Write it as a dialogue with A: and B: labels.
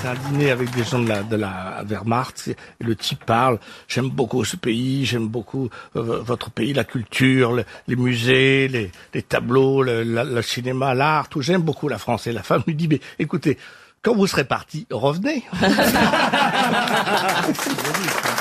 A: c'est un dîner avec des gens de la Wehrmacht, et le type parle, j'aime beaucoup ce pays, j'aime beaucoup votre pays, la culture, les musées, les tableaux, le cinéma, l'art, tout, j'aime beaucoup la France. Et la femme lui dit, mais écoutez, quand vous serez parti, revenez.